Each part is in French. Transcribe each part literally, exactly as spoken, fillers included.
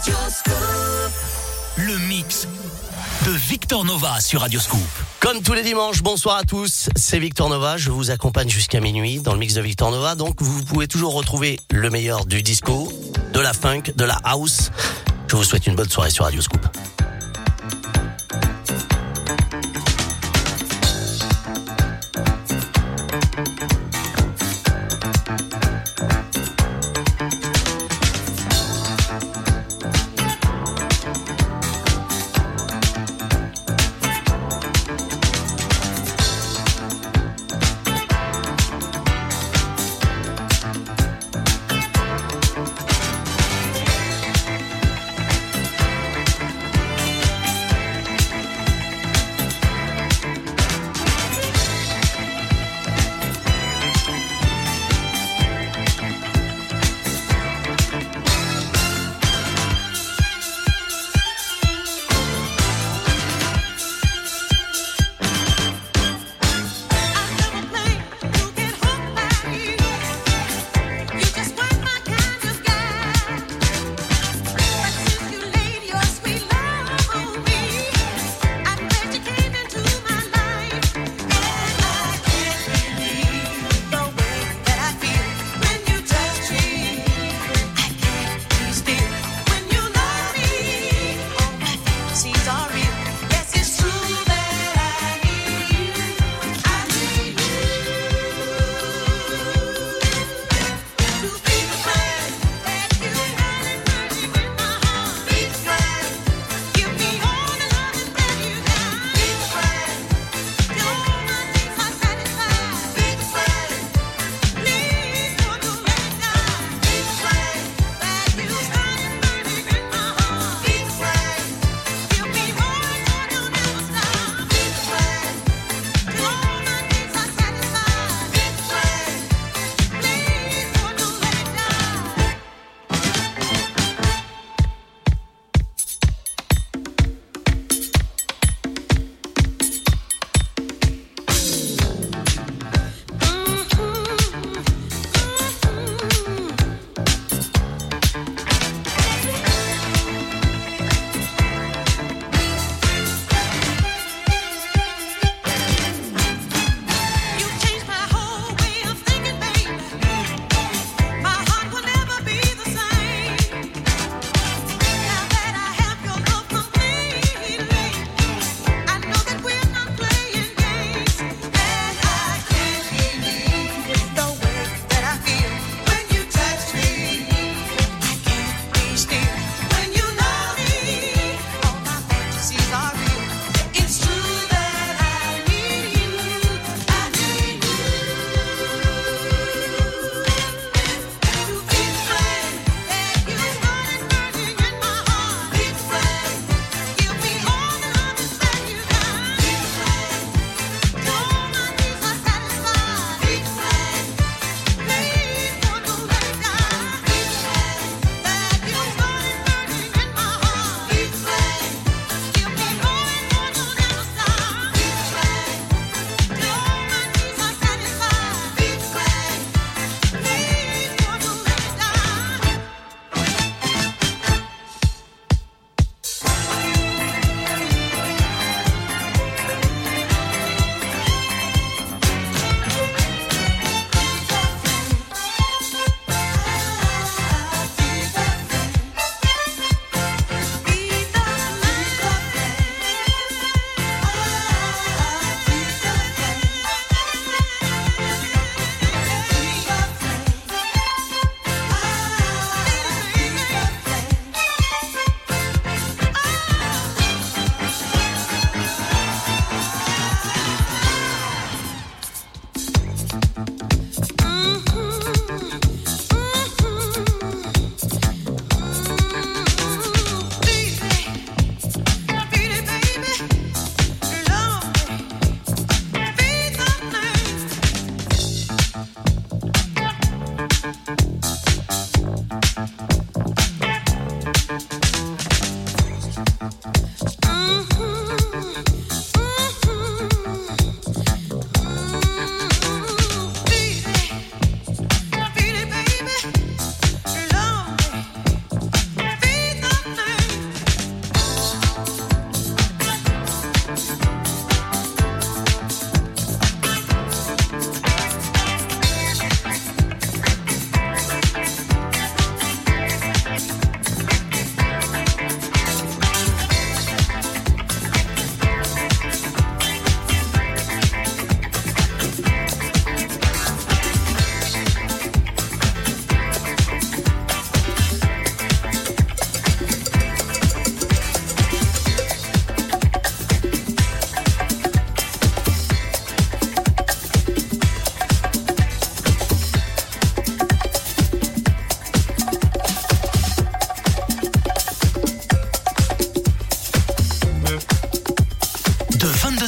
Le mix de Victor Nova sur Radio Scoop. Comme tous les dimanches, bonsoir à tous, c'est Victor Nova, je vous accompagne jusqu'à minuit dans le mix de Victor Nova, donc vous pouvez toujours retrouver le meilleur du disco, de la funk, de la house. Je vous souhaite une bonne soirée sur Radio Scoop.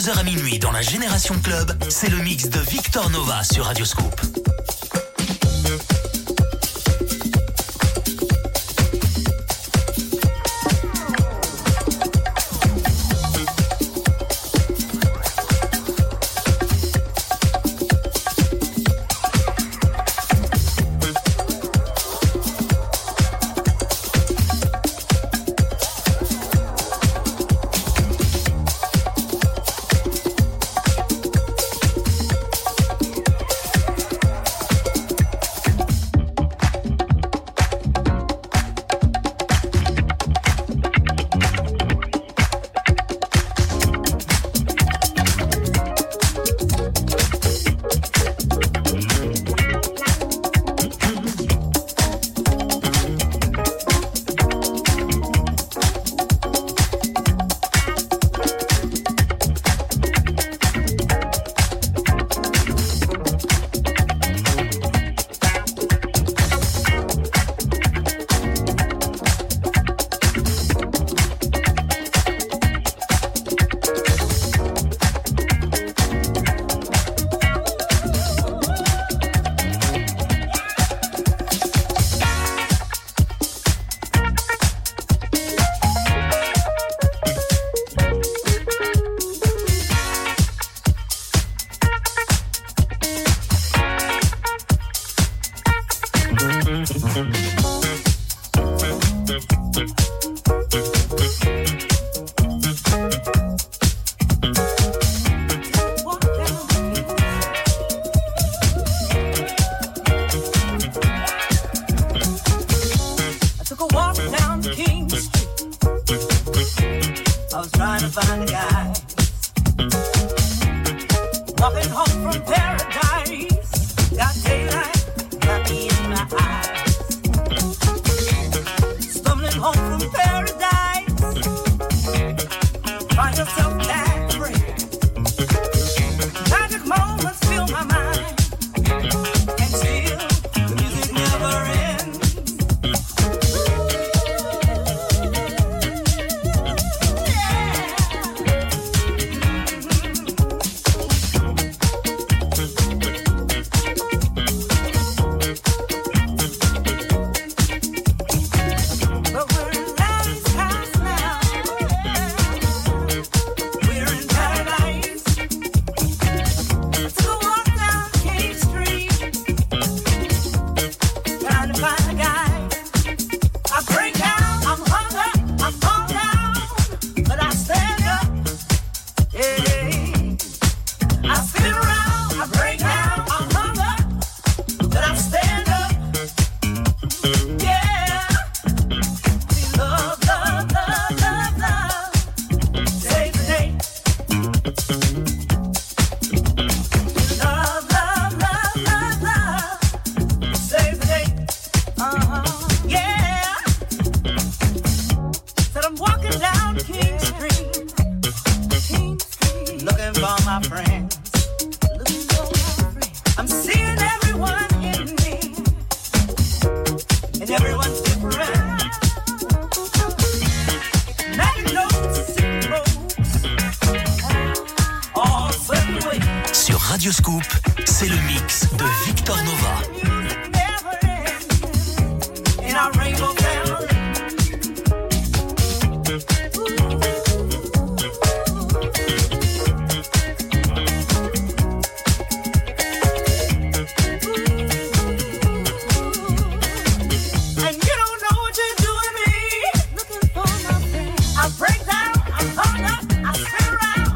vingt-deux heures à minuit dans la Génération Club, c'est le mix de Victor Nova sur Radio Scoop.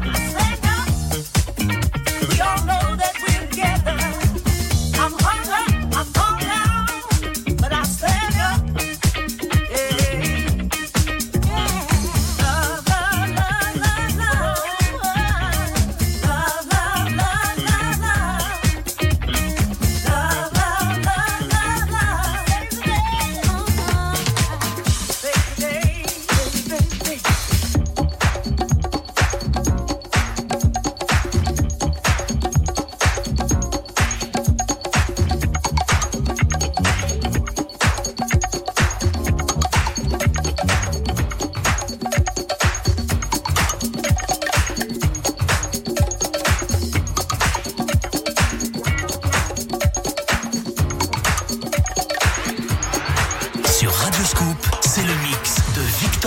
We all know that we're together. I'm hung up.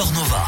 Victor Nova.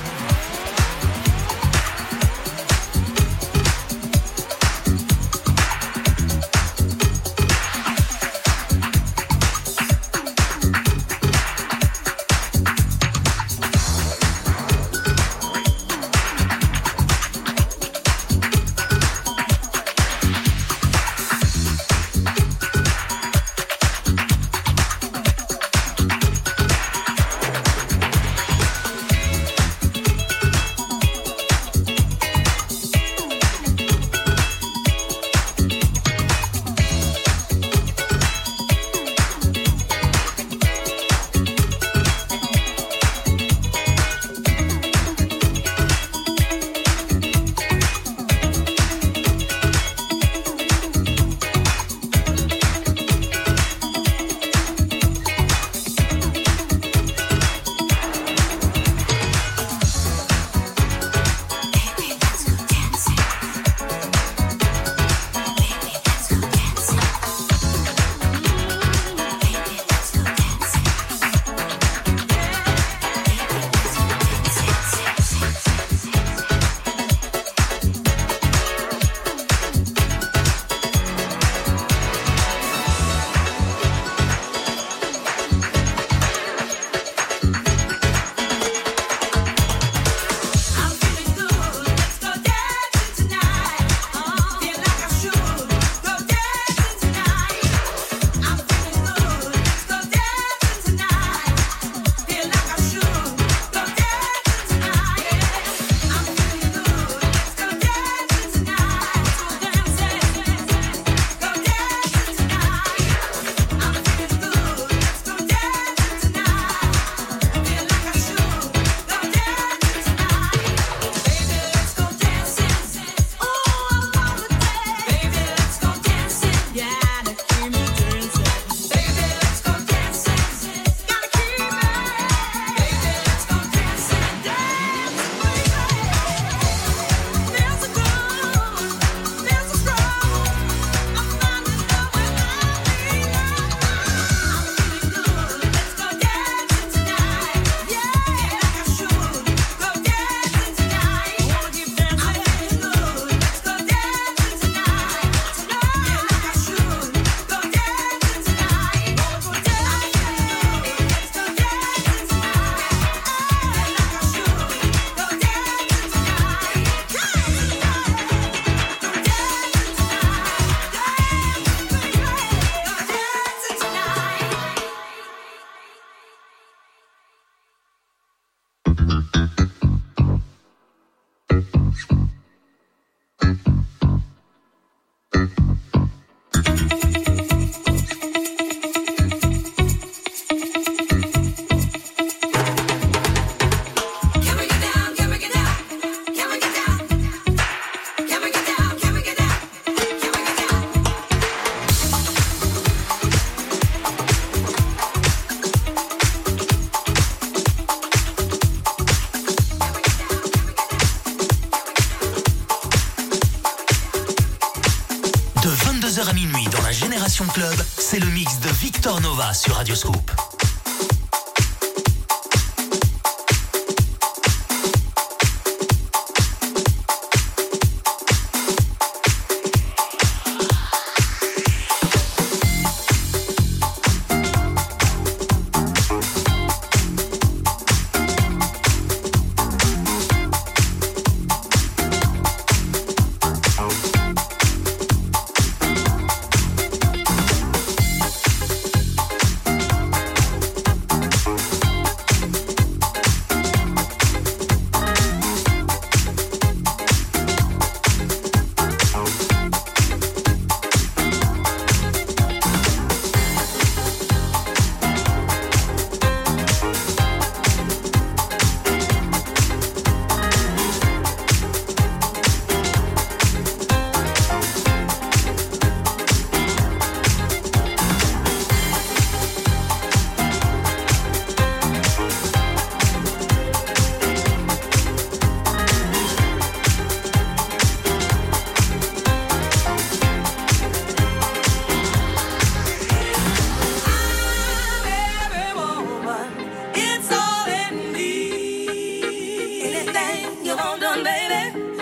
Club, c'est le mix de Victor Nova sur Radio Scoop.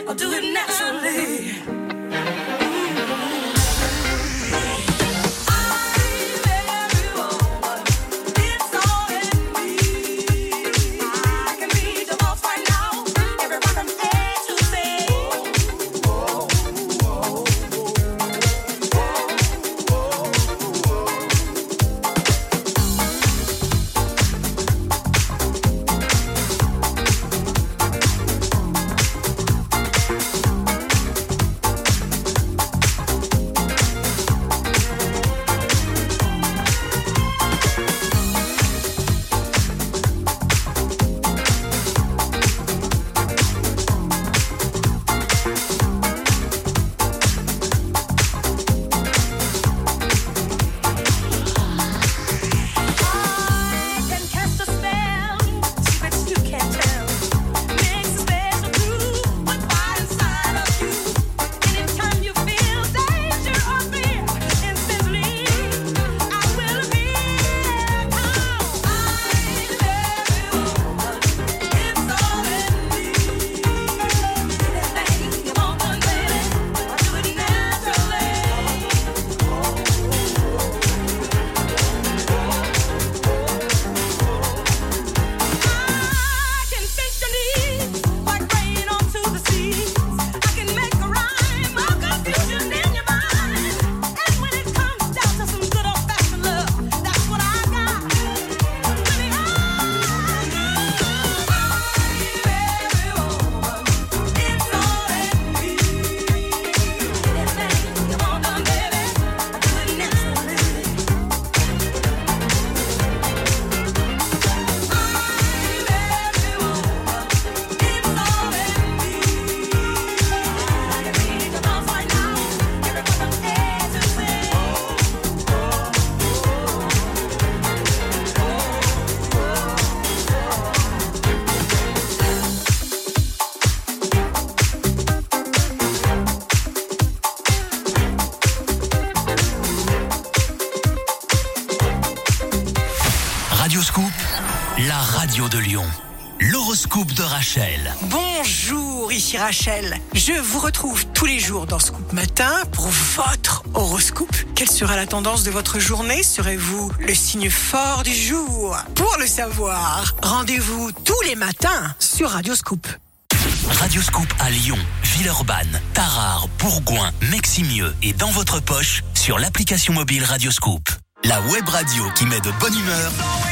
la radio de Lyon. L'horoscope de Rachel. Bonjour, ici Rachel. Je vous retrouve tous les jours dans Scoop Matin pour votre horoscope. Quelle sera la tendance de votre journée? Serez-vous le signe fort du jour? Pour le savoir, rendez-vous tous les matins sur Radio Scoop. Radio Scoop à Lyon, Villeurbanne, Tarare, Bourgoin, Meximieux et dans votre poche sur l'application mobile Radio Scoop. La web radio qui met de bonne humeur,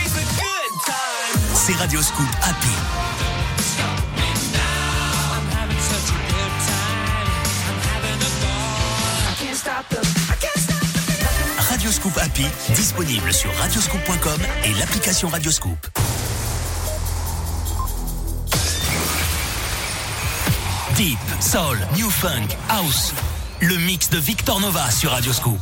c'est Radio Scoop Happy. Radio Scoop Happy, disponible sur radioscoop point com et l'application Radio Scoop. Deep, Soul, New Funk, House. Le mix de Victor Nova sur Radio Scoop.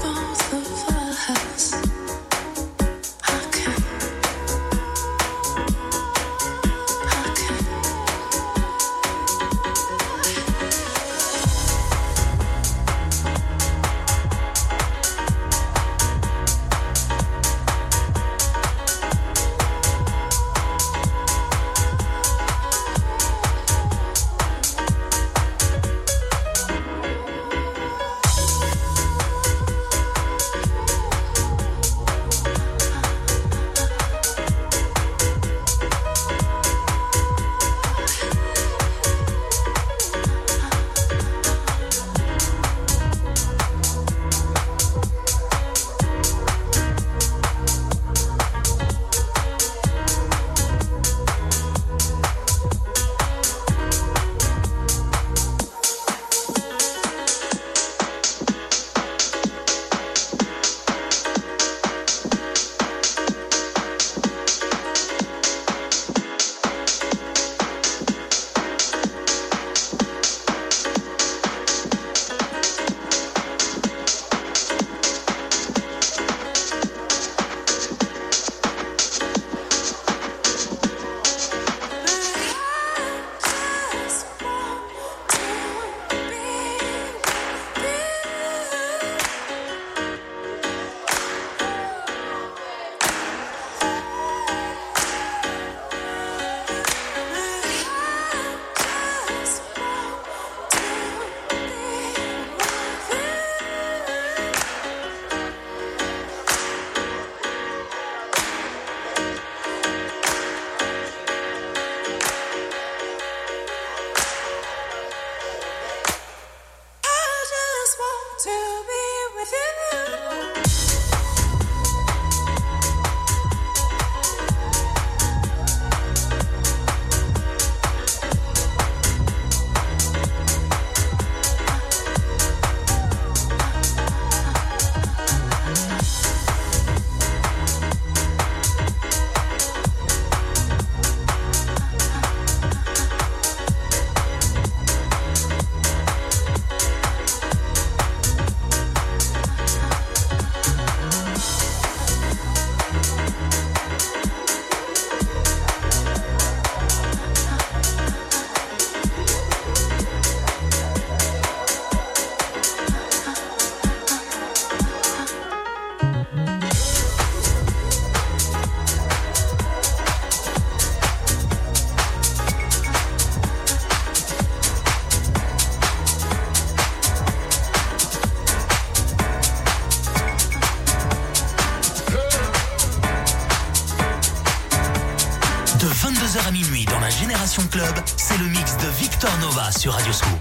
vingt-deux heures à minuit dans la Génération Club, c'est le mix de Victor Nova sur Radio Scoop.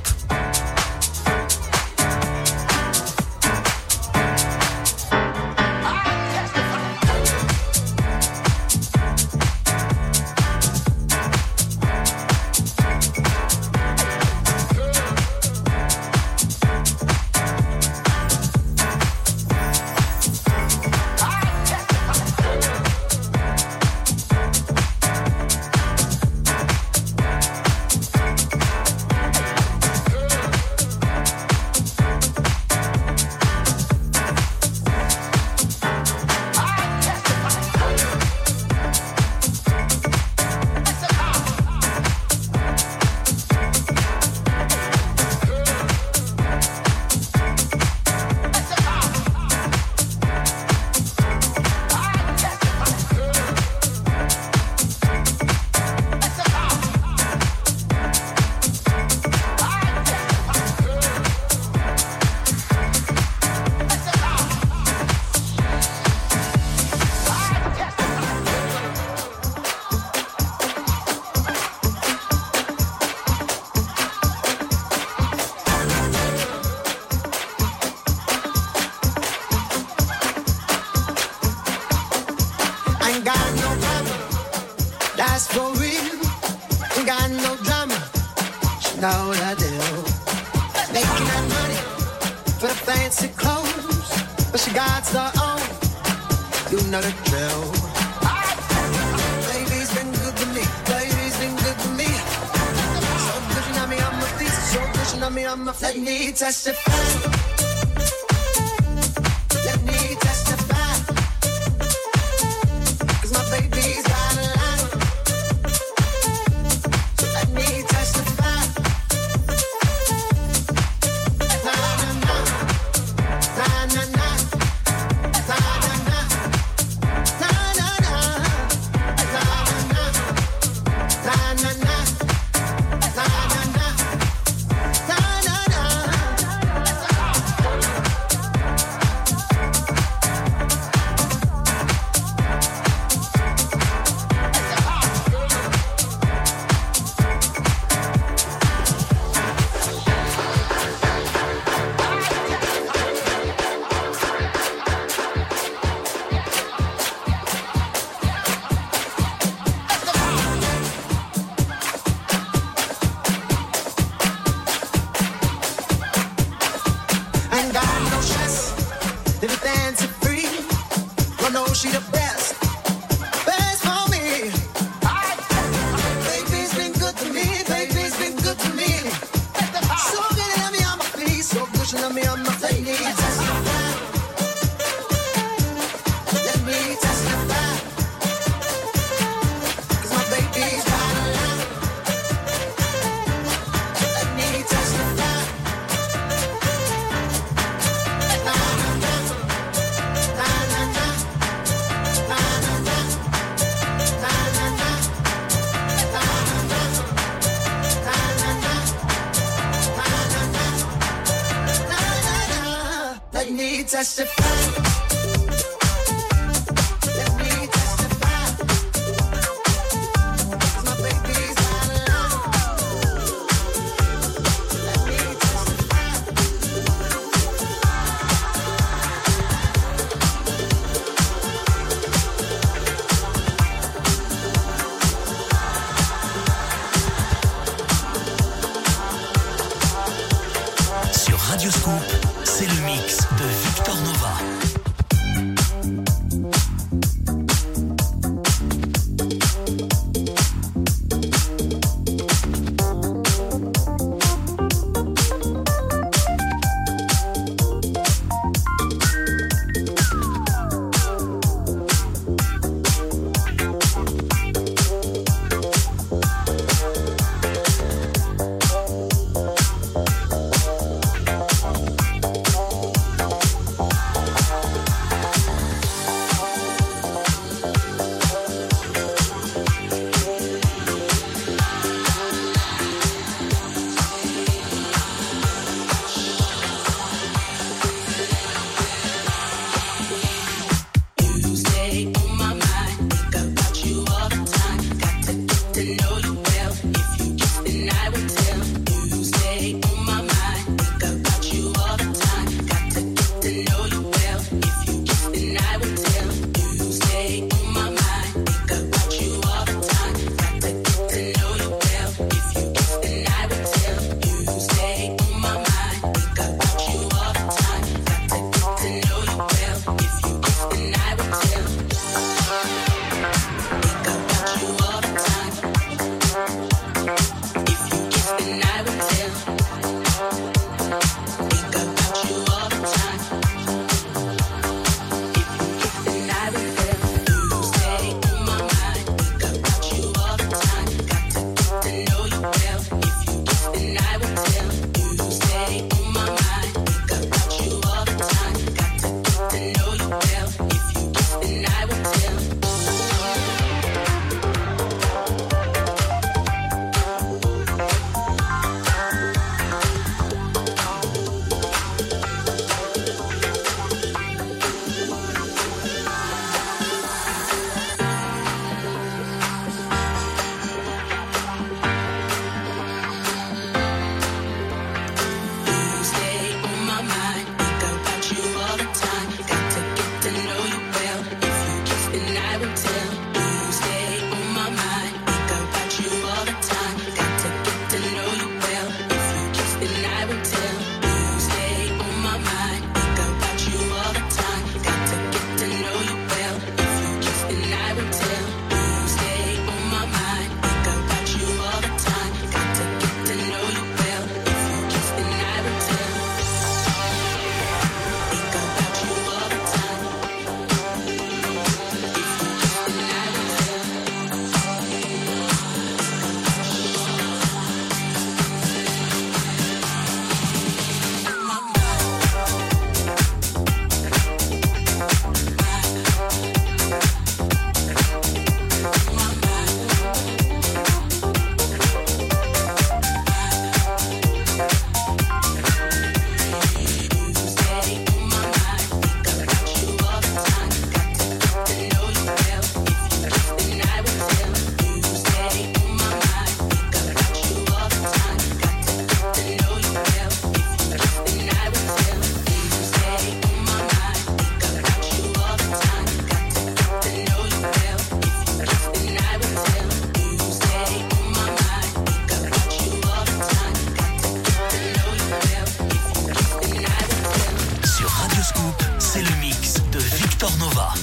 Let me testify. dancing free. I know she the best, best for me. Baby's been good to me, baby's been good to me. So good to have me on my feet, so good to have me on my feet. Let me testify, 'cause my baby's got a lot. Let me testify. Na, na, na. Na, na, na. Na, na, na. Na, na, na. Na, na, na. Na, na, na. Na, na, na. Na, na, na. Let me testify. Let me testify. 'Cause my baby's got a lot. Let me testify. Sur Radio Scoop, c'est le mix de Victor Nova. Victor Nova.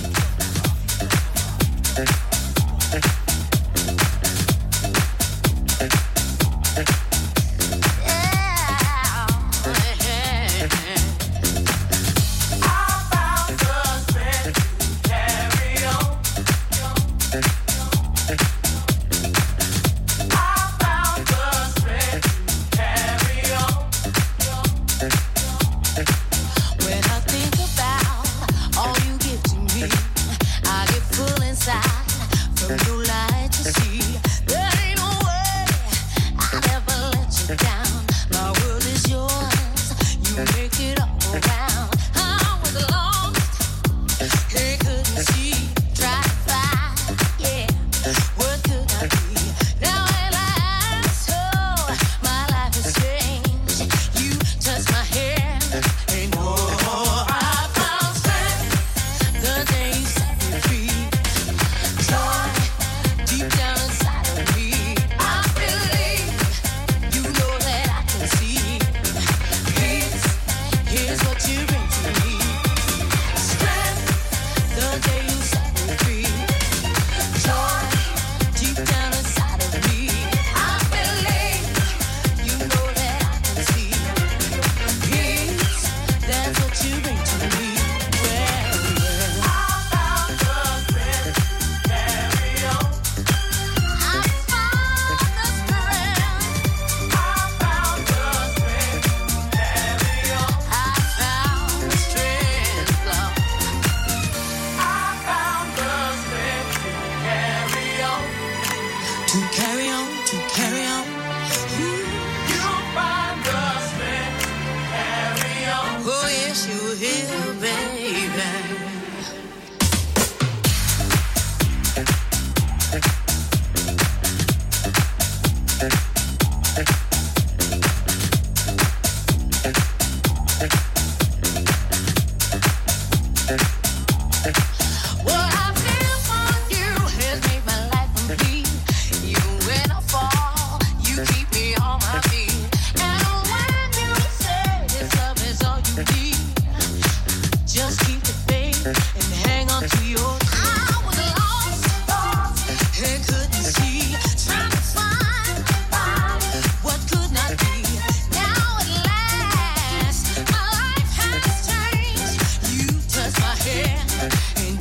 And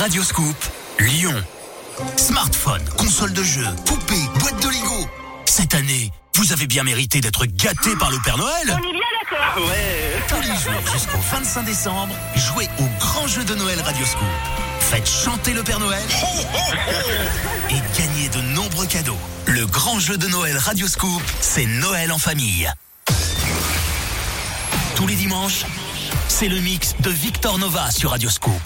Radioscoop, Lyon. Smartphone, console de jeu, poupée, boîte de Lego. Cette année, vous avez bien mérité d'être gâté par le Père Noël. On est bien d'accord. Ouais. Tous les jours jusqu'au vingt-cinq décembre, jouez au grand jeu de Noël Radioscoop. Faites chanter le Père Noël et gagnez de nombreux cadeaux. Le grand jeu de Noël Radioscoop, c'est Noël en famille. Tous les dimanches, c'est le mix de Victor Nova sur Radioscoop.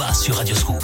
Nova sur Radio Scoop.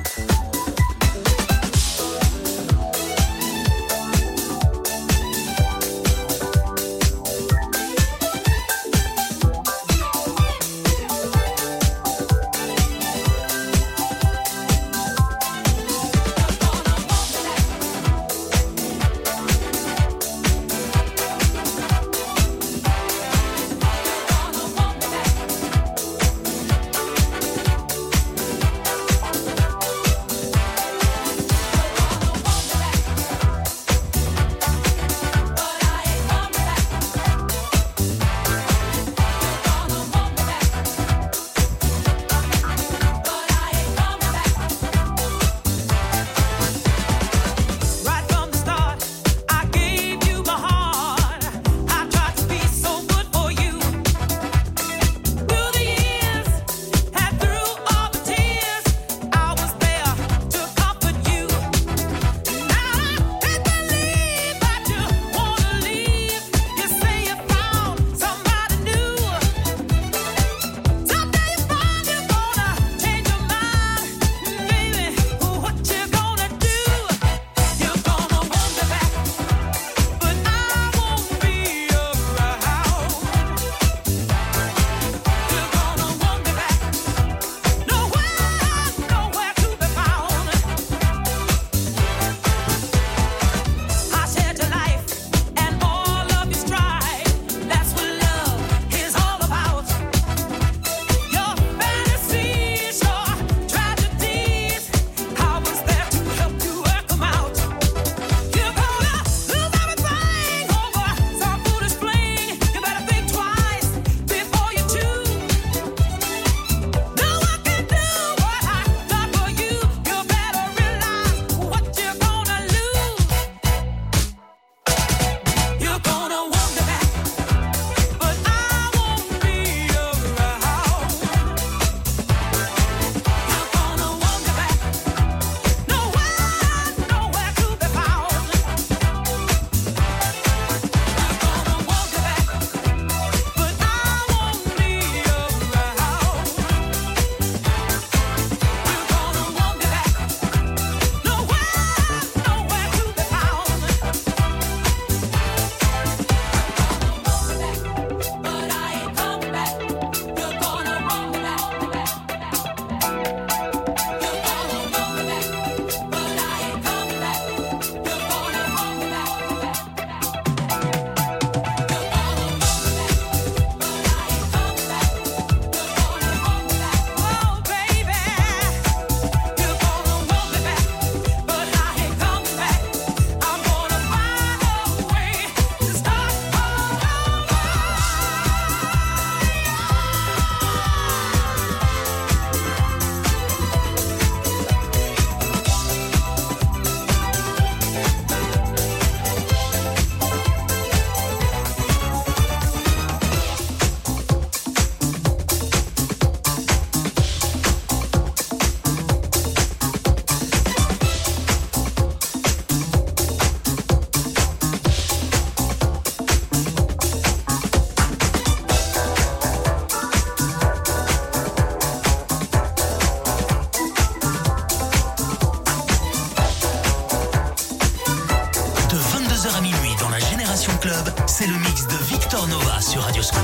C'est le mix de Victor Nova sur Radio Scoop.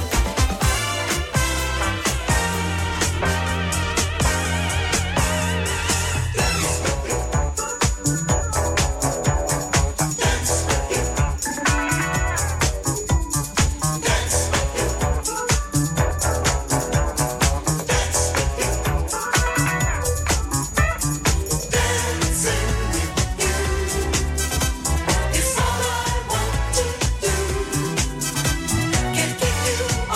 Can't keep you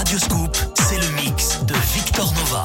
Radio Scoop, c'est le mix de Victor Nova.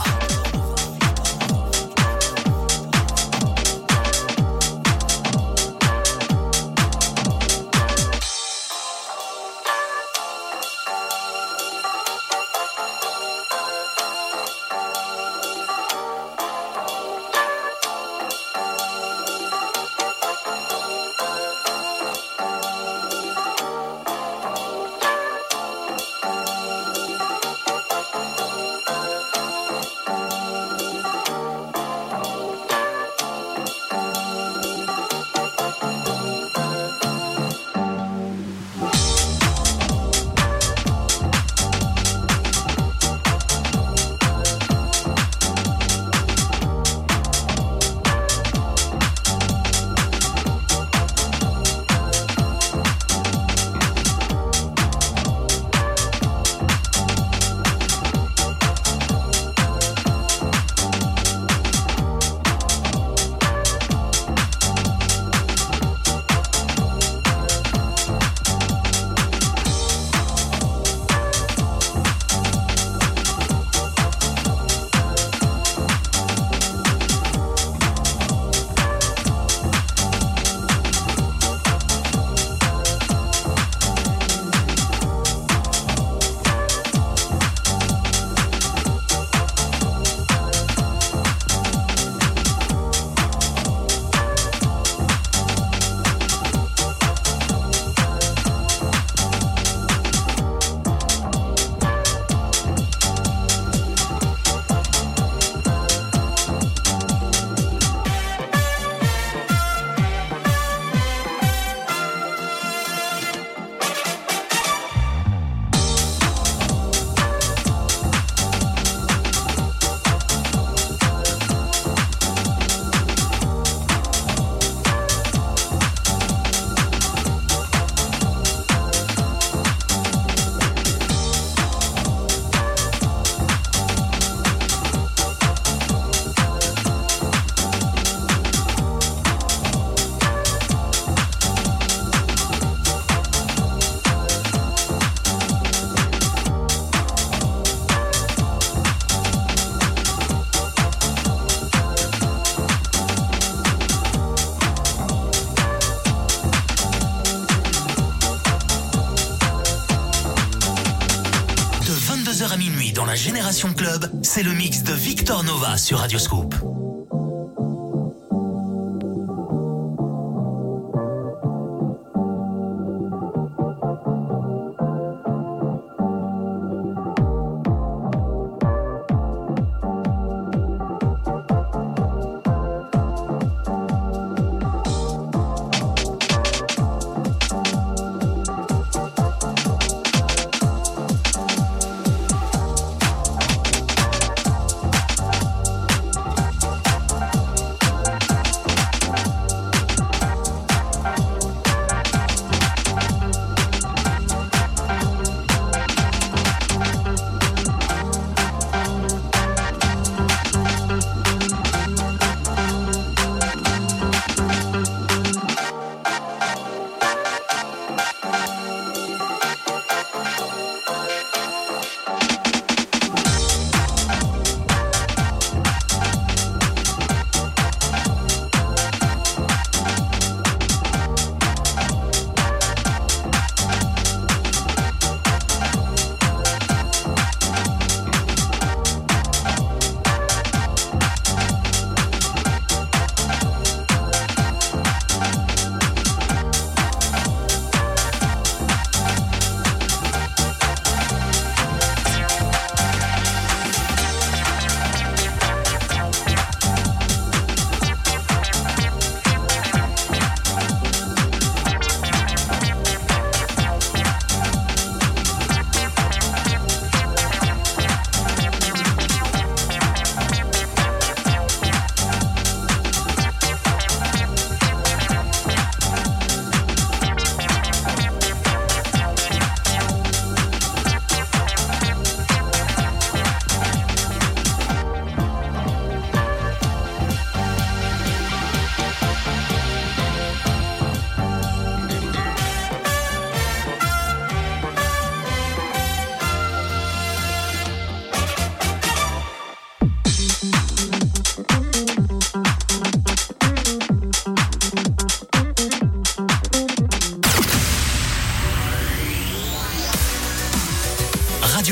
À minuit dans la Génération Club, c'est le mix de Victor Nova sur Radio Scoop.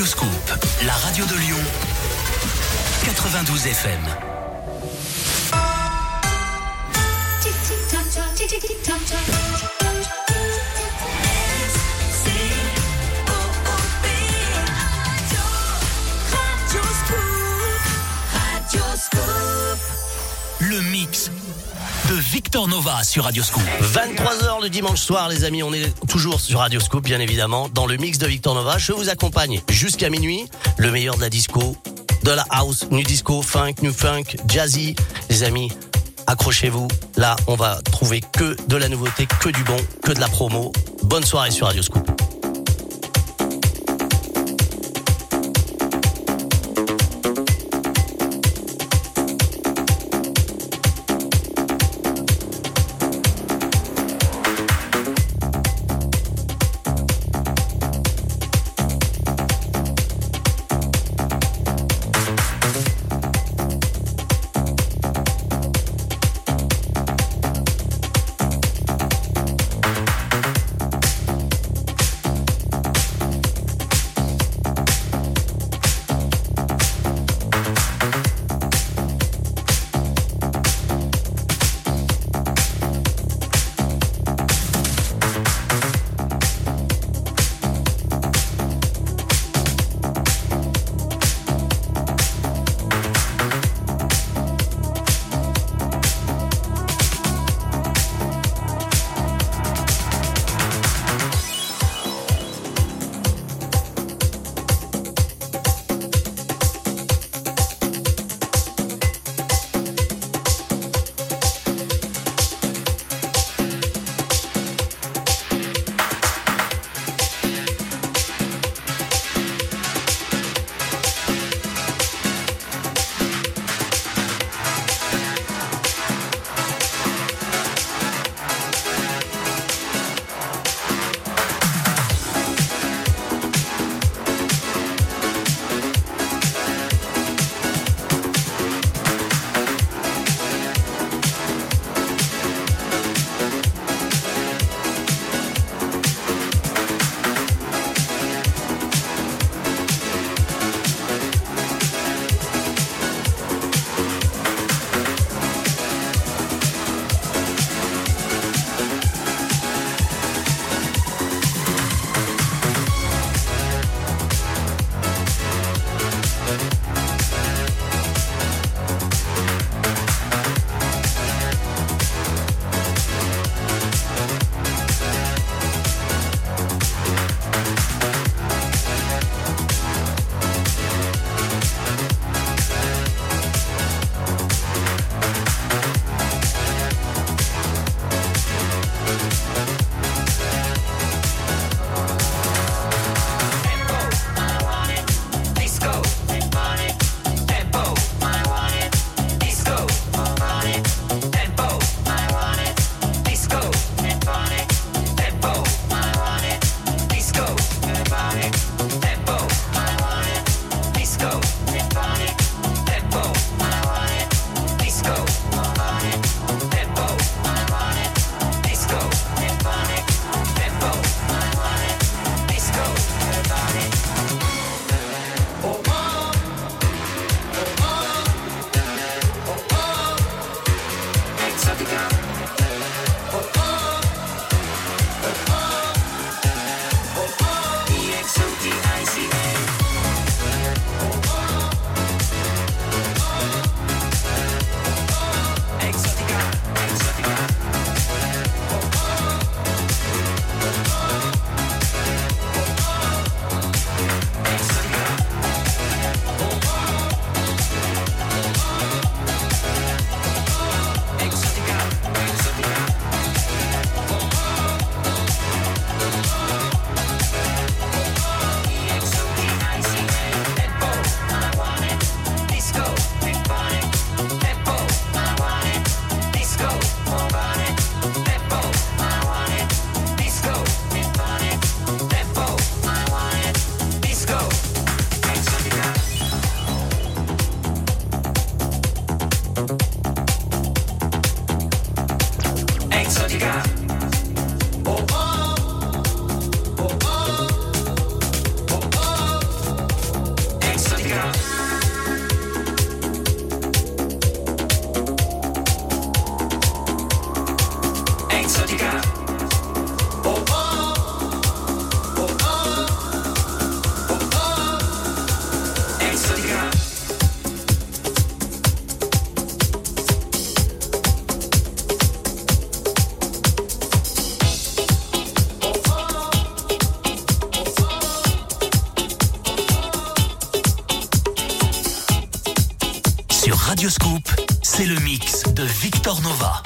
Radioscoop, la radio de Lyon, quatre-vingt-douze F M. Le mix de Victor Nova sur Radioscoop. vingt-trois heures le dimanche soir, les amis, on est toujours sur Radioscoop, bien évidemment, dans le mix de Victor Nova. Je vous accompagne jusqu'à minuit, le meilleur de la disco, de la house, nu disco, funk, nu funk, jazzy. Les amis, accrochez-vous. Là, on va trouver que de la nouveauté, que du bon, que de la promo. Bonne soirée sur Radioscoop. Sur Radio Scoop, c'est le mix de Victor Nova.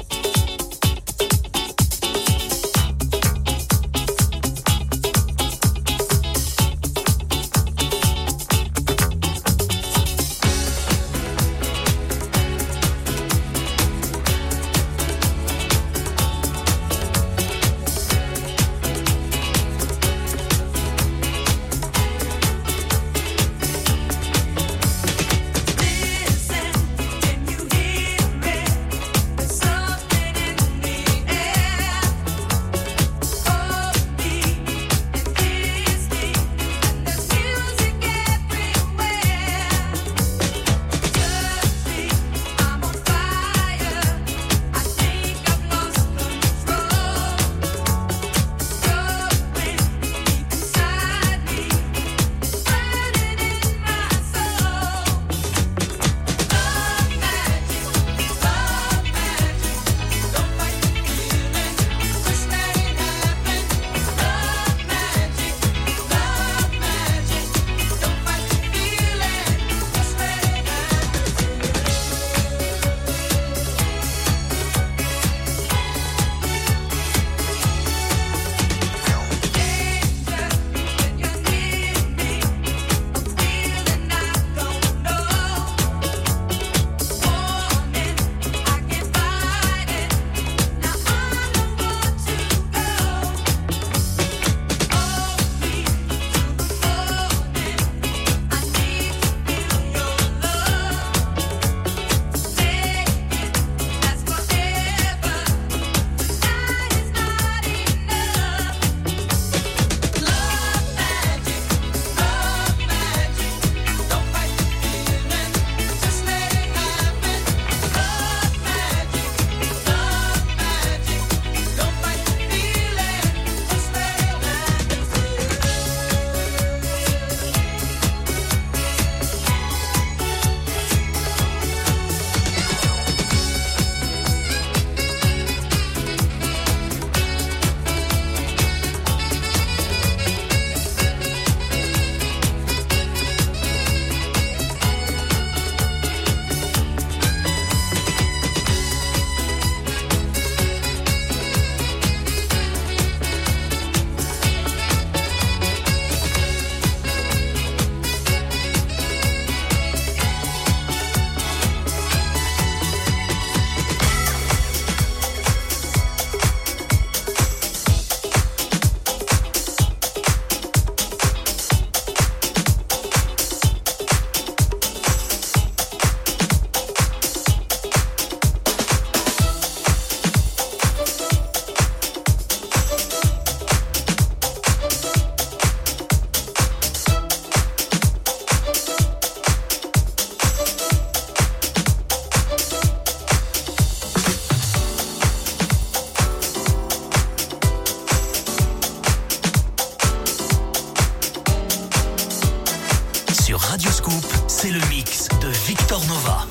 c'est le mix de Victor Nova.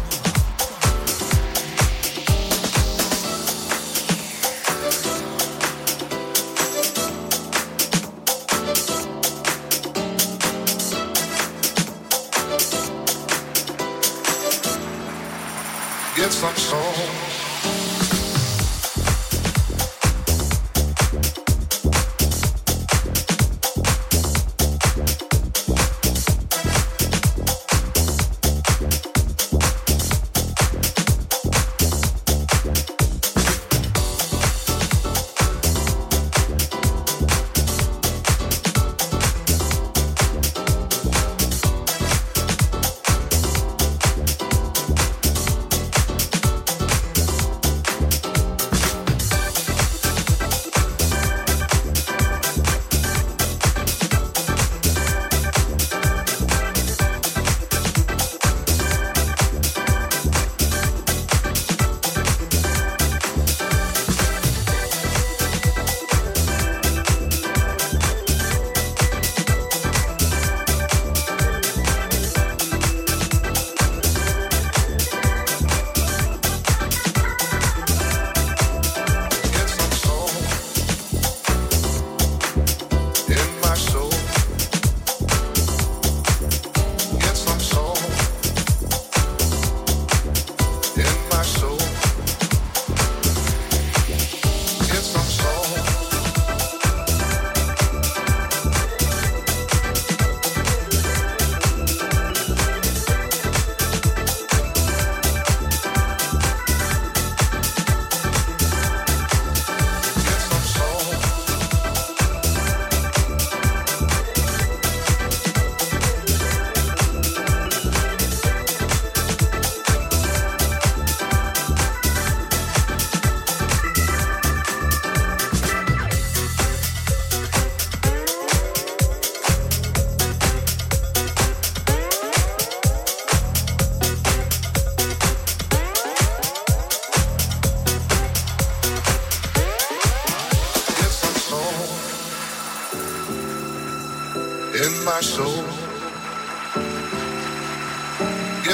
Get some soul.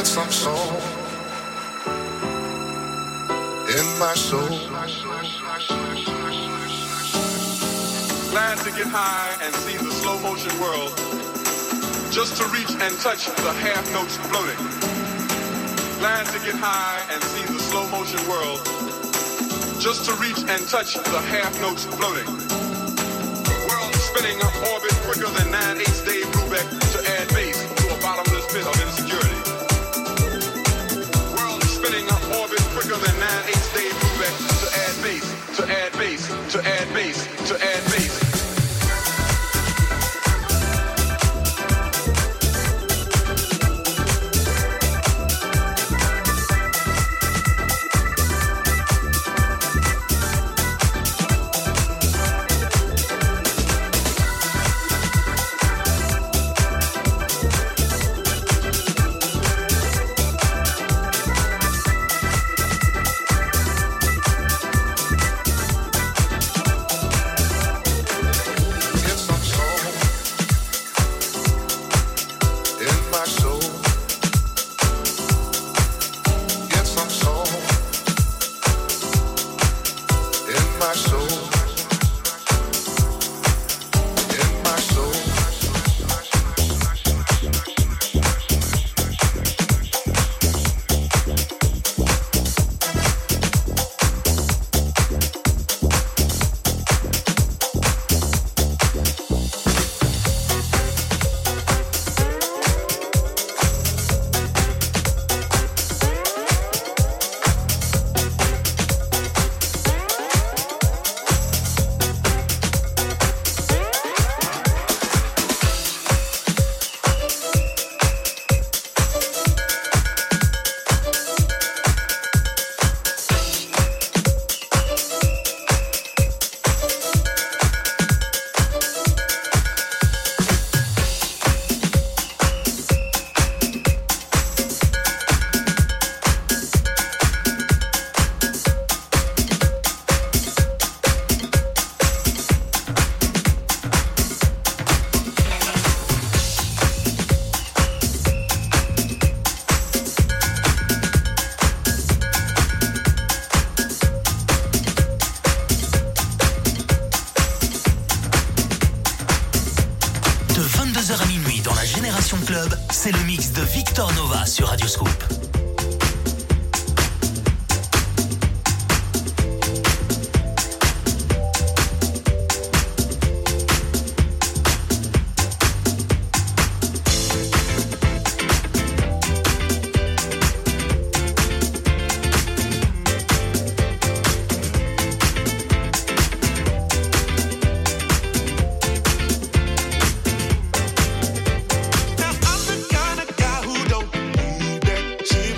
get some soul in my soul. Glad to get high and see the slow motion world, just to reach and touch the half notes floating. Glad to get high and see the slow motion world, just to reach and touch the half notes floating. World spinning orbit quicker than nine eighths Dave Brubeck to add bass to a bottomless pit of insecurity. World spinning orbit quicker than nine eighths Dave Brubeck to add bass, to add bass, to add bass, to add bass. C'est le mix de Victor Nova sur Radio Scoop. Now I'm the kind of guy who don't need that chick.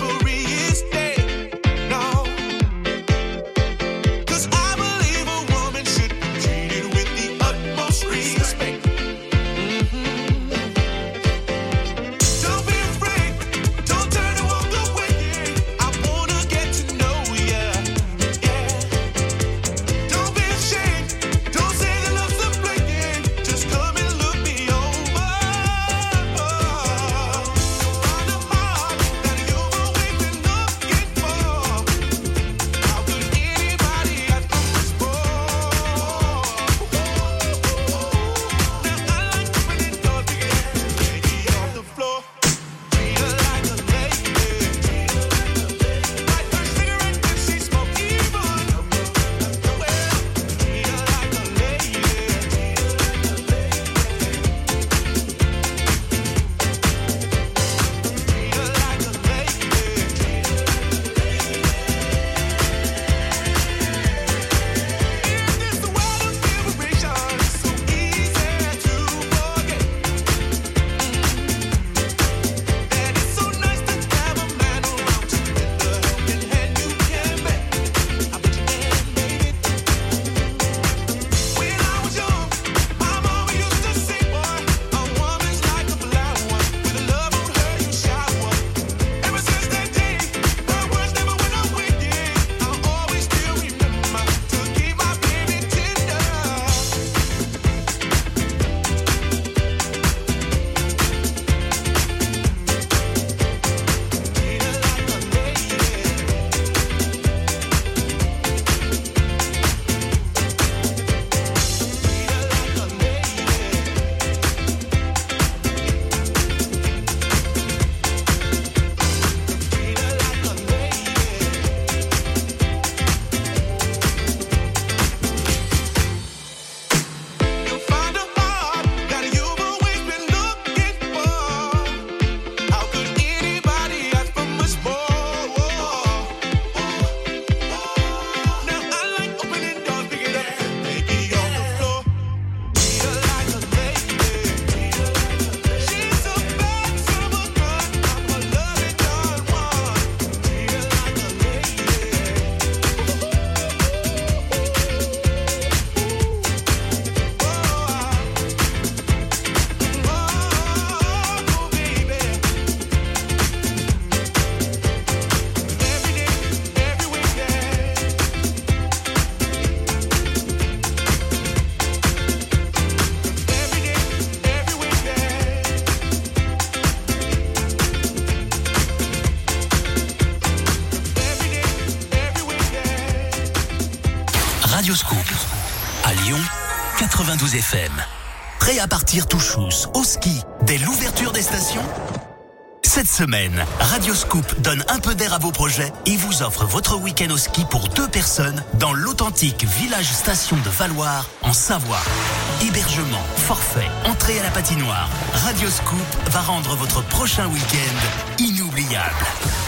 quatre-vingt-douze F M. Prêt à partir tout chousse au ski dès l'ouverture des stations? Cette semaine, Radio Scoop donne un peu d'air à vos projets et vous offre votre week-end au ski pour deux personnes dans l'authentique village station de Valloire, en Savoie. Hébergement, forfait, entrée à la patinoire. Radio Scoop va rendre votre prochain week-end inoubliable.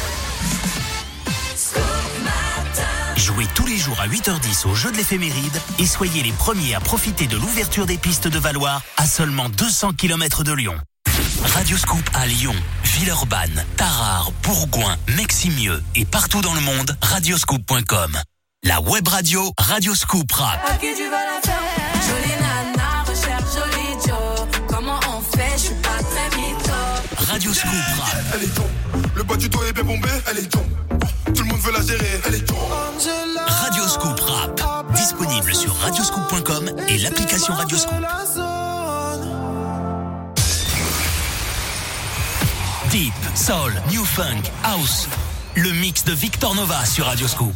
Jouez tous les jours à huit heures dix au jeu de l'éphéméride et soyez les premiers à profiter de l'ouverture des pistes de Valloire à seulement deux cents kilomètres de Lyon. Radio Scoop à Lyon, Villeurbanne, Tarare, Bourgoin, Meximieux et partout dans le monde, radioscoop point com. La web radio Radio Scoop Rap. À qui tu veux la faire? Jolie nana, recherche joli Joe. Comment on fait? Je suis pas très mytho. Radio Scoop Rap. Elle est tombe, le bas du dos est bien bombé, elle est tombe. Tout le monde veut la gérer, elle est tombe. Radio Scoop Rap. Disponible sur radioscoop point com et l'application Radio Scoop. Deep, Soul, New Funk, House. Le mix de Victor Nova sur Radio Scoop.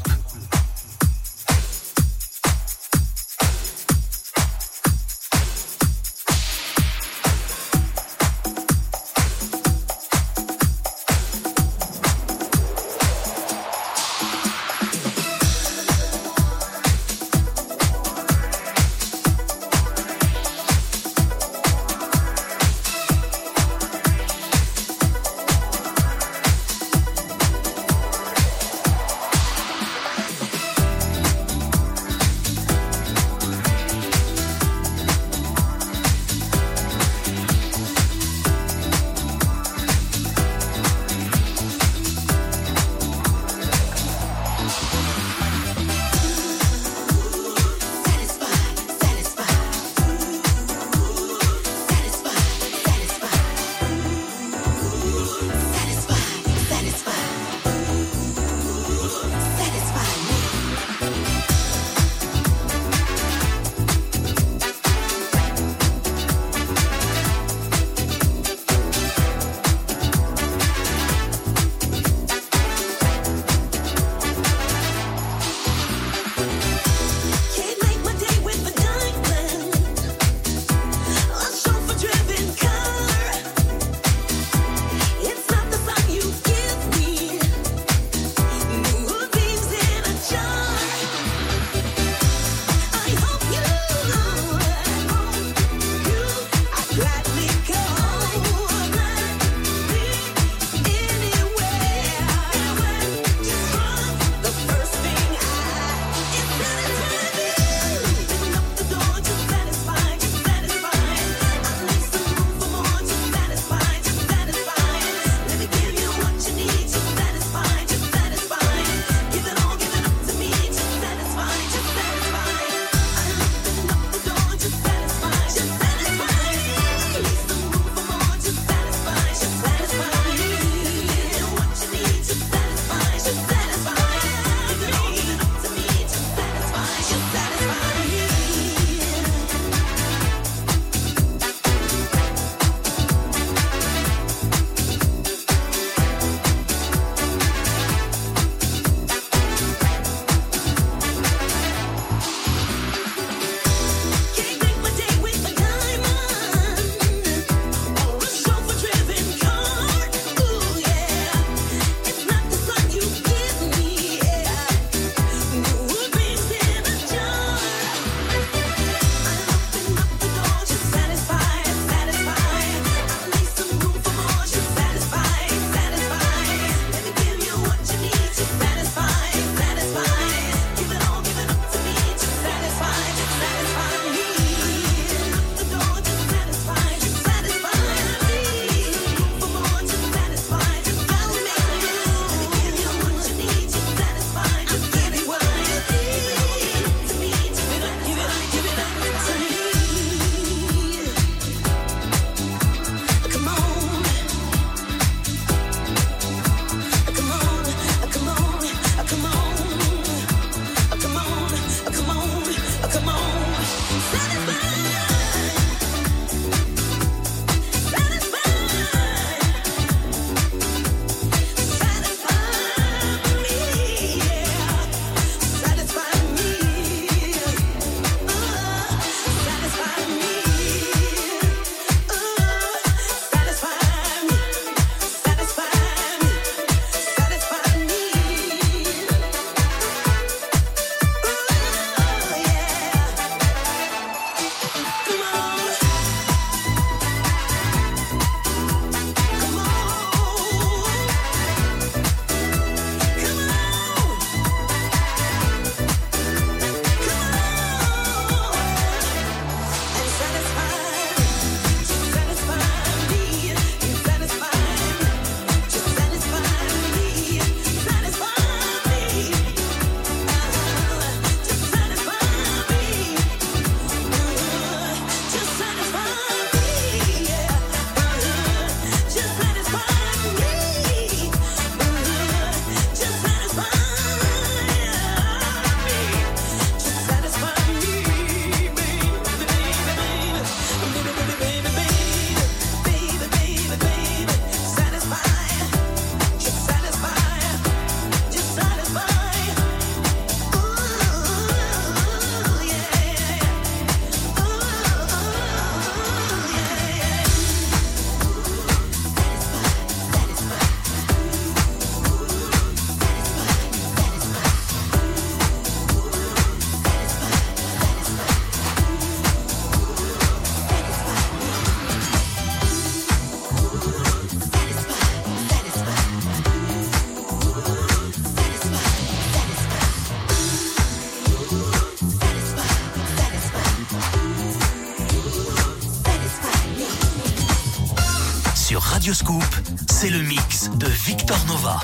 Scoop, c'est le mix de Victor Nova.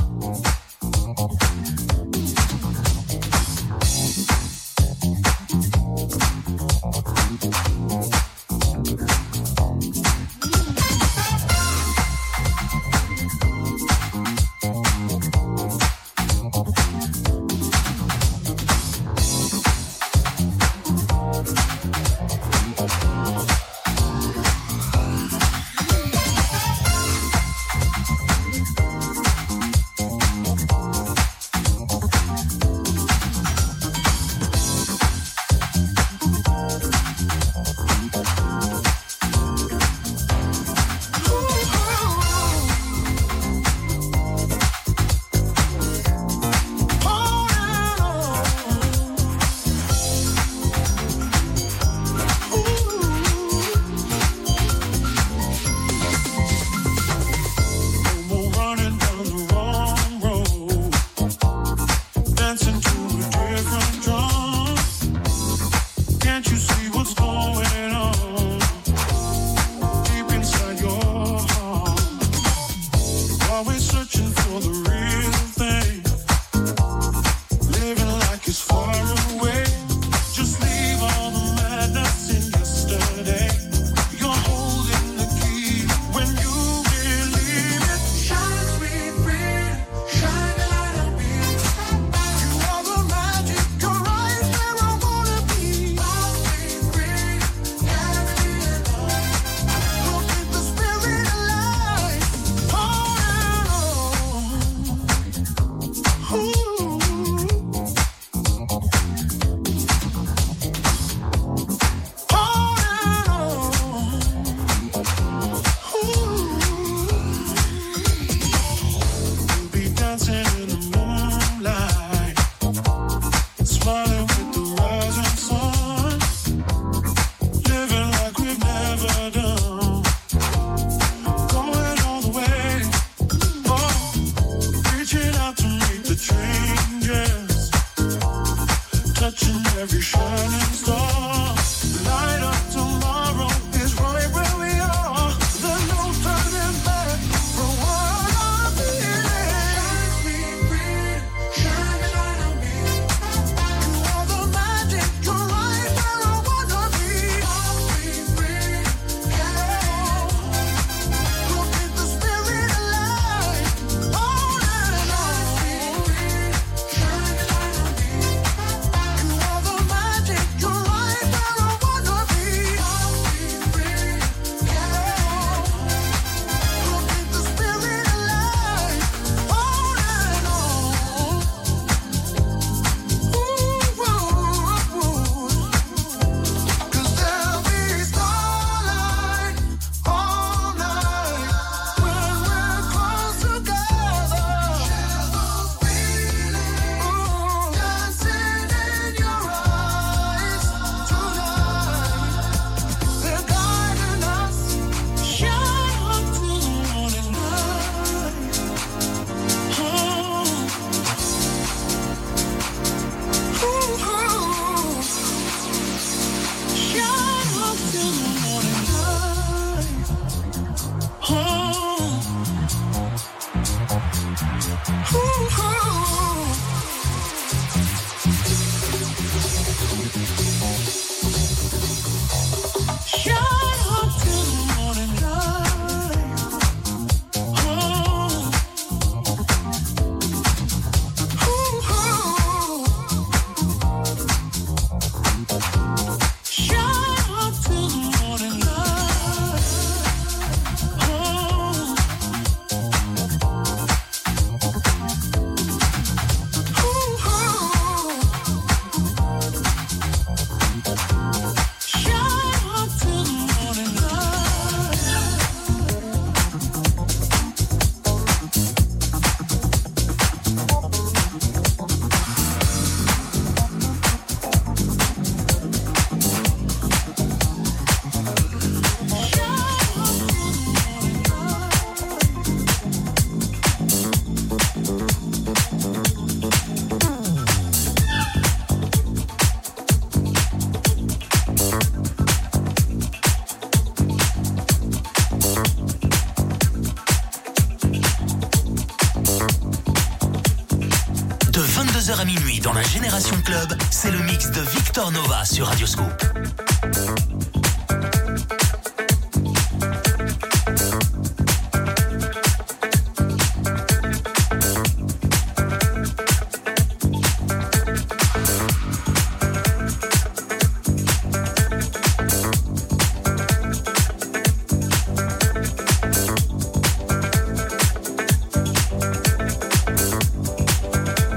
vingt-deux heures à minuit dans la Génération Club, c'est le mix de Victor Nova sur Radio Scoop.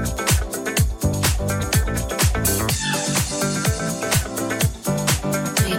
Baby,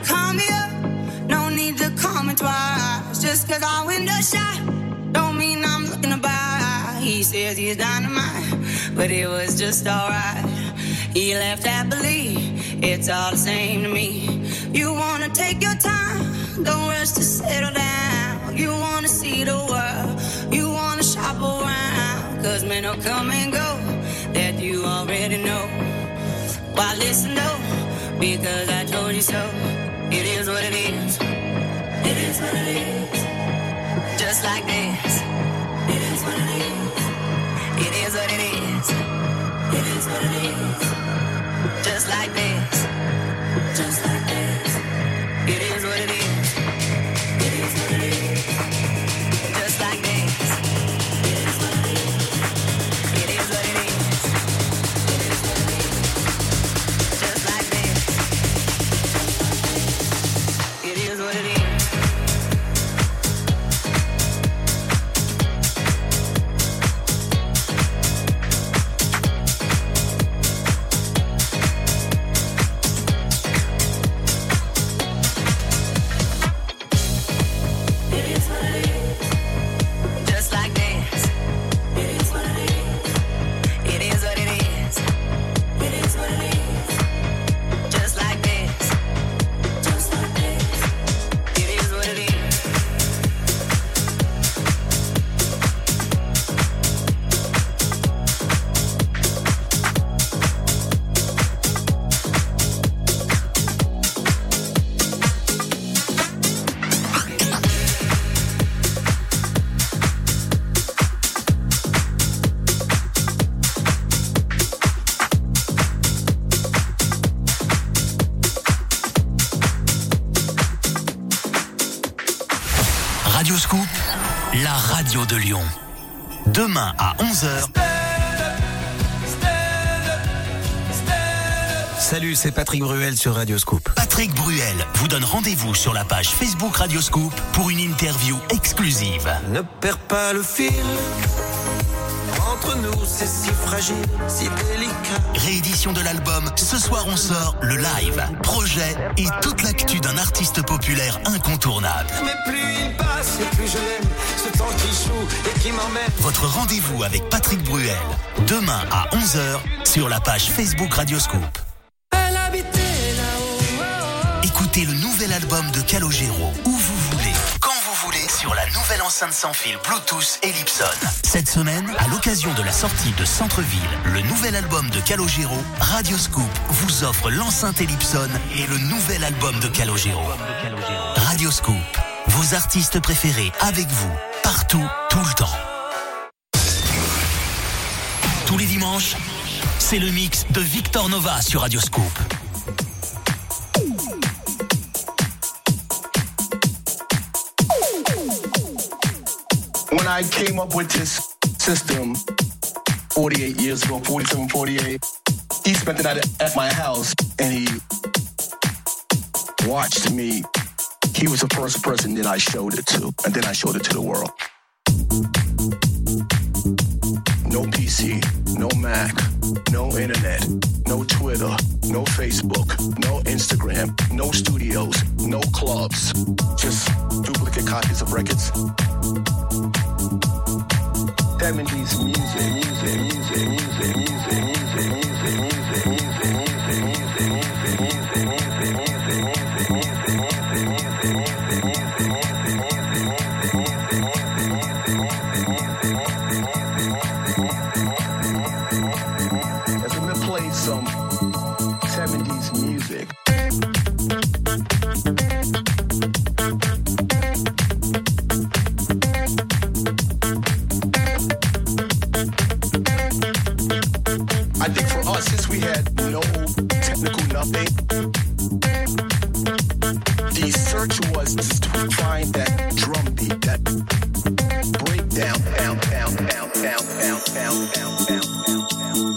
call me up. No need to call me twice. Just cause our window shot don't mean I'm looking to buy. He says he's dynamite, but it was just alright. He left happily, it's all the same to me. You wanna take your time, don't rush to settle down. You wanna see the world, you wanna shop around. Cause men will come and go, that you already know. Why listen though, because I told you so. It is what it is, it is what it is. Just like this, it is what it is. It is what it is, it is what it is. Just like this, just like this. It is what it is, it is what it is. Just like this, it is what it is. It is what it is, it is what it is. Just like this, it is what it is. Radio Scoop, la radio de Lyon. Demain à onze heures. Salut, c'est Patrick Bruel sur Radio Scoop. Patrick Bruel vous donne rendez-vous sur la page Facebook Radio Scoop pour une interview exclusive. Ne perds pas le fil. Entre nous, c'est si fragile, si délicat. Réédition de l'album Ce soir on sort le live, projet et toute l'actu d'un artiste populaire incontournable. Mais plus il passe, et plus je l'aime. Ce temps qui joue et qui m'emmène. Votre rendez-vous avec Patrick Bruel, demain à onze heures sur la page Facebook Radio Scoop. Elle habitait là-haut. Écoutez le nouvel album de Calogero, où vous voulez, quand vous voulez, sur la nouvelle enceinte sans fil Bluetooth Ellipson. Cette semaine, à l'occasion de la sortie de Centre-Ville, le nouvel album de Calogero, Radio Scoop vous offre l'enceinte Ellipson et le nouvel album de Calogero. Radio Scoop, vos artistes préférés avec vous, partout, tout le temps. Tous les dimanches, c'est le mix de Victor Nova sur Radio Scoop. When I came up with this system forty-eight years ago, forty-seven, forty-eight, he spent the night at my house and he watched me. He was the first person that I showed it to, and then I showed it to the world. No P C, no Mac, no internet, no Twitter, no Facebook, no Instagram, no studios, no clubs, just duplicate copies of records. seventies music, music, music, music, music, music, music, music, music, music, music, music, music, music, music, music, music, music. As we're gonna play some seventies music. I think for us, since we had no technical nothing, the search was to find that drum beat, that breakdown, down, down, down, down, down, down, down, down, down.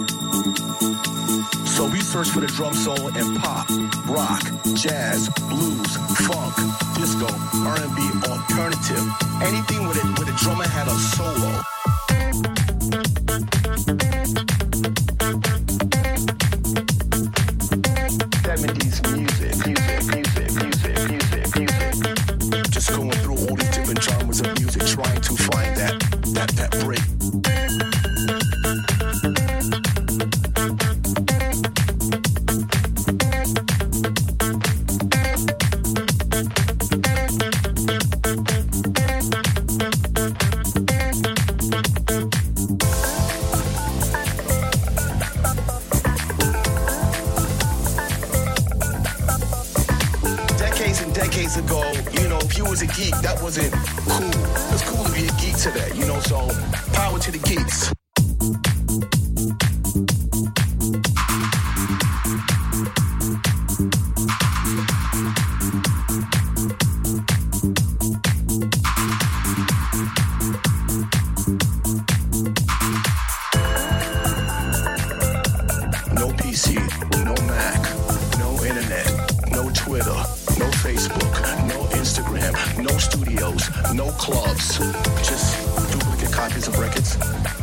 So we searched for the drum solo in pop, rock, jazz, blues, funk, disco, R and B, alternative, anything where the, where the drummer had a solo. seventies music, music, music. decades and decades ago, you know, if you was a geek, that wasn't cool. It's cool to be a geek today, you know, so power to the geeks. No P C, no Mac, no internet, no Twitter, no Facebook, no Instagram, no studios, no clubs, just duplicate copies of records.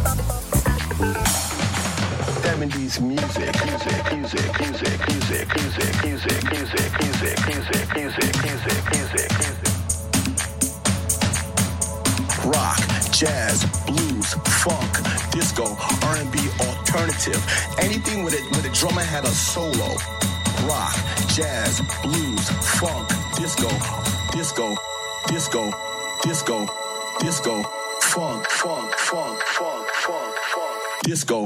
seventies music, music, music, music, music, music, music, music, music, music, music, music, music, music. Rock, jazz, blues, funk, disco, R and B, alternative, anything with a, with a drummer had a solo. Rock, jazz, blues, funk, disco, disco, disco, disco, disco, funk, funk, funk, funk, funk, funk, disco.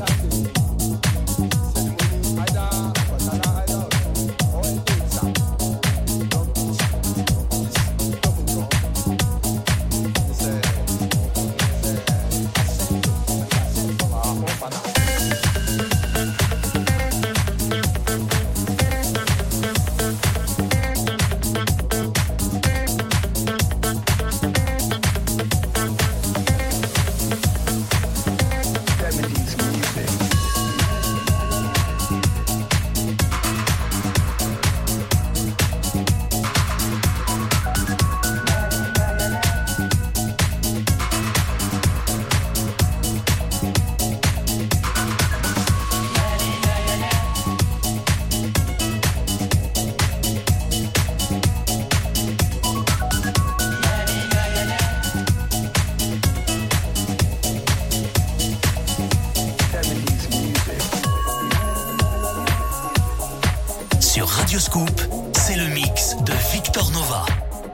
Radioscoop, c'est le mix de Victor Nova.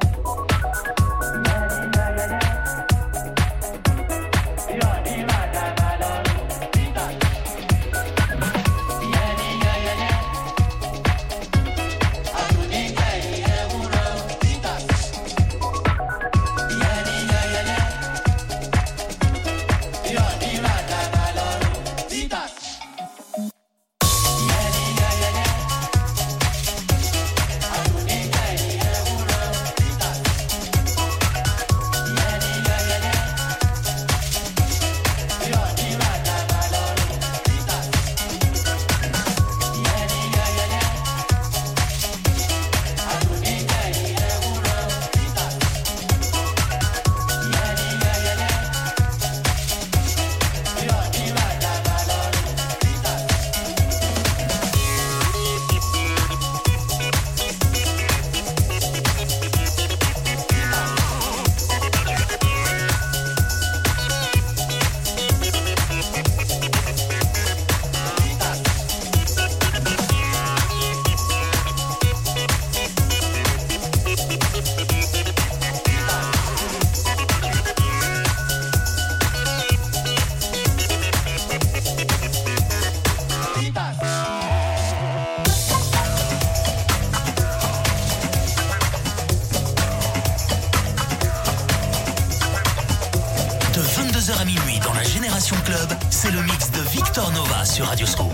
vingt-deux heures à minuit dans la Génération Club, c'est le mix de Victor Nova sur Radioscoop.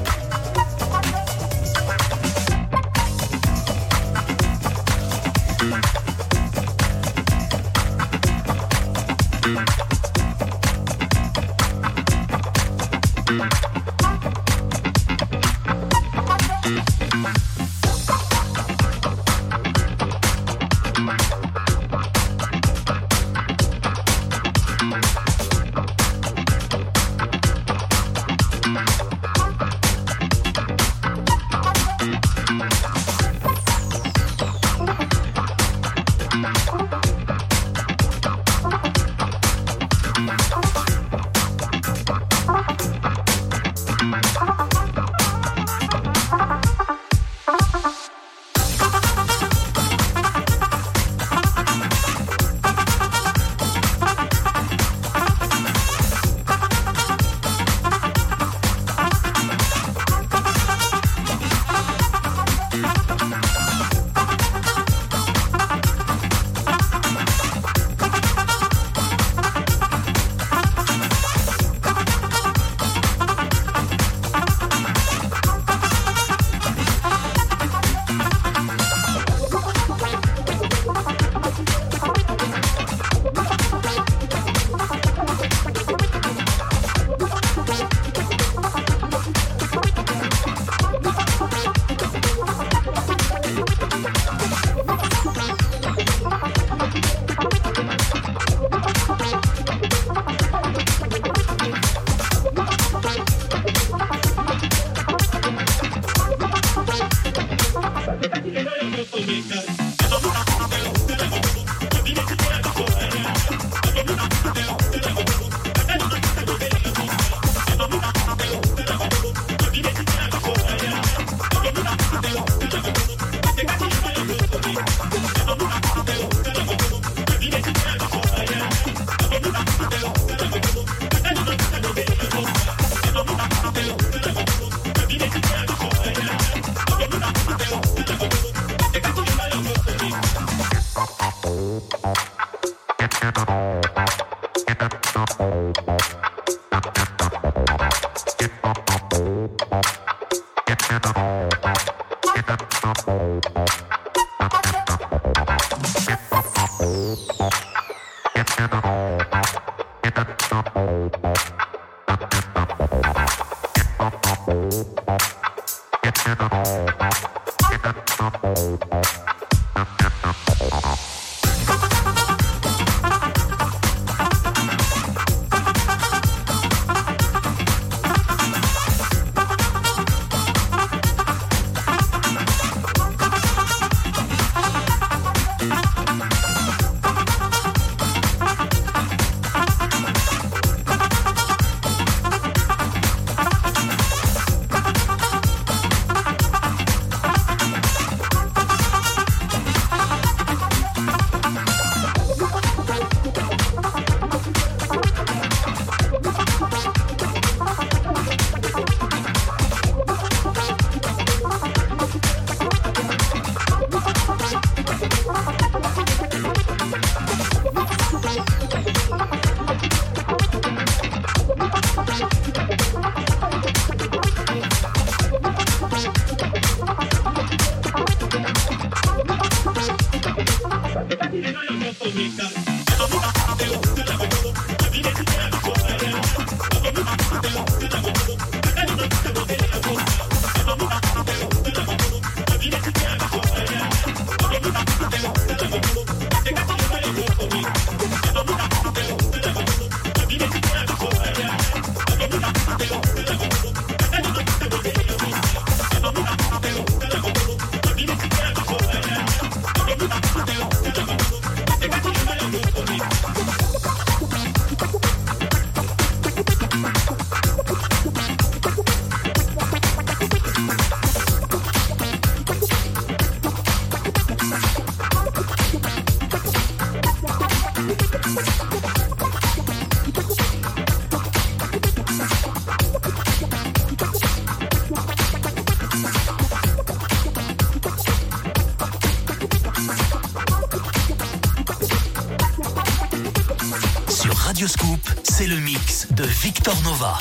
C'est le mix de Victor Nova.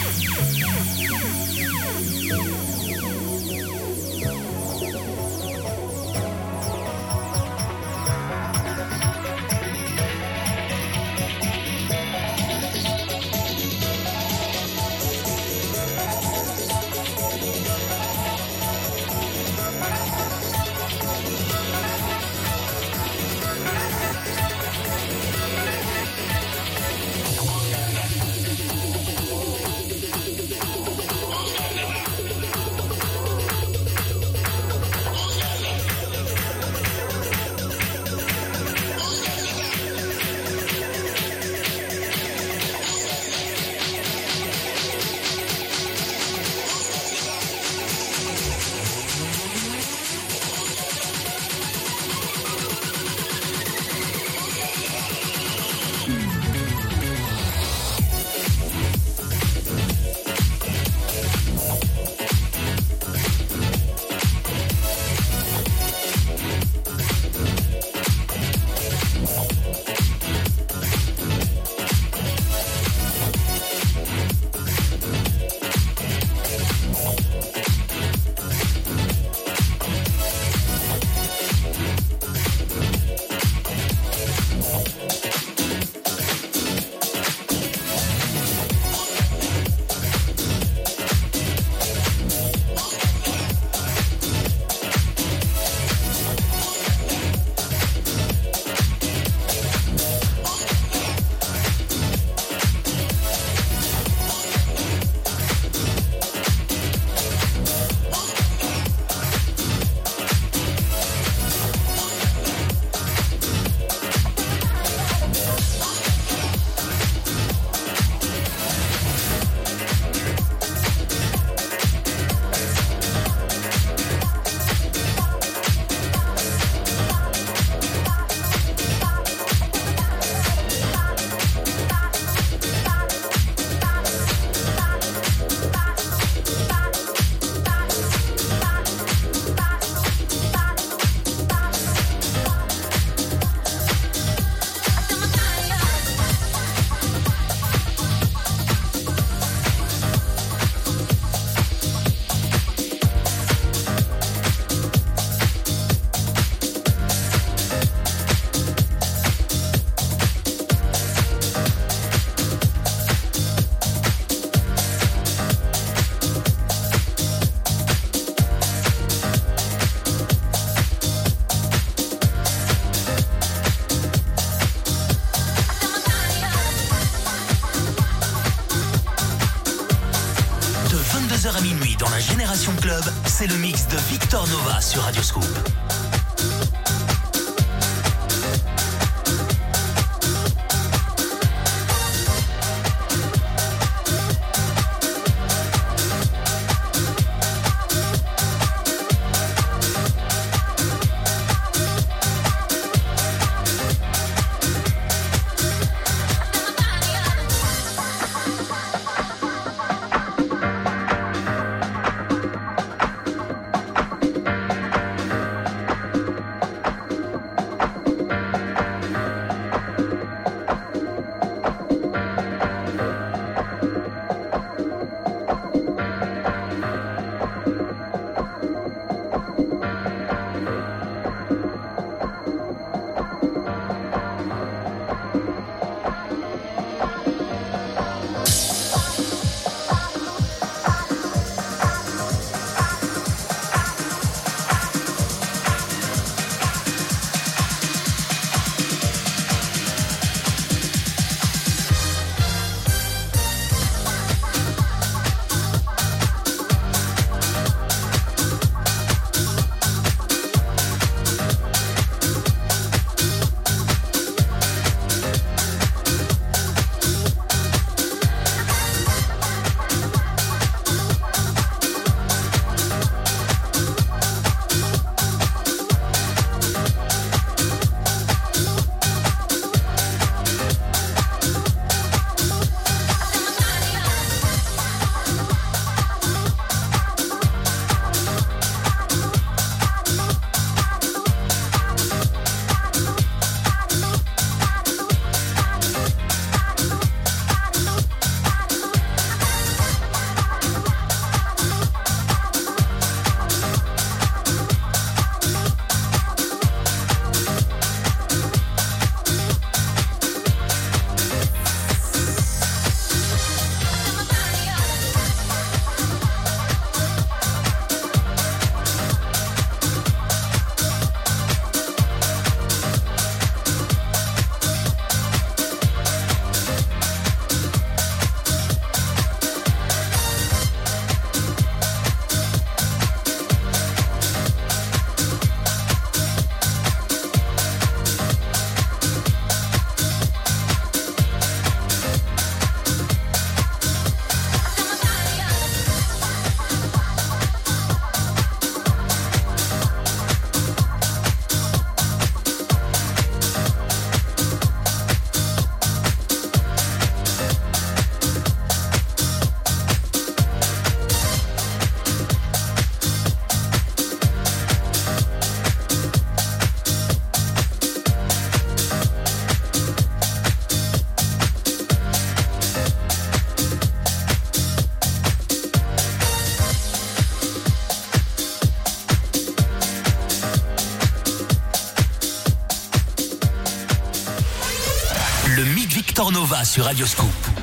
à minuit dans la Génération Club, c'est le mix de Victor Nova sur Radio Scoop. le Mic Victor Nova sur Radio Scoop.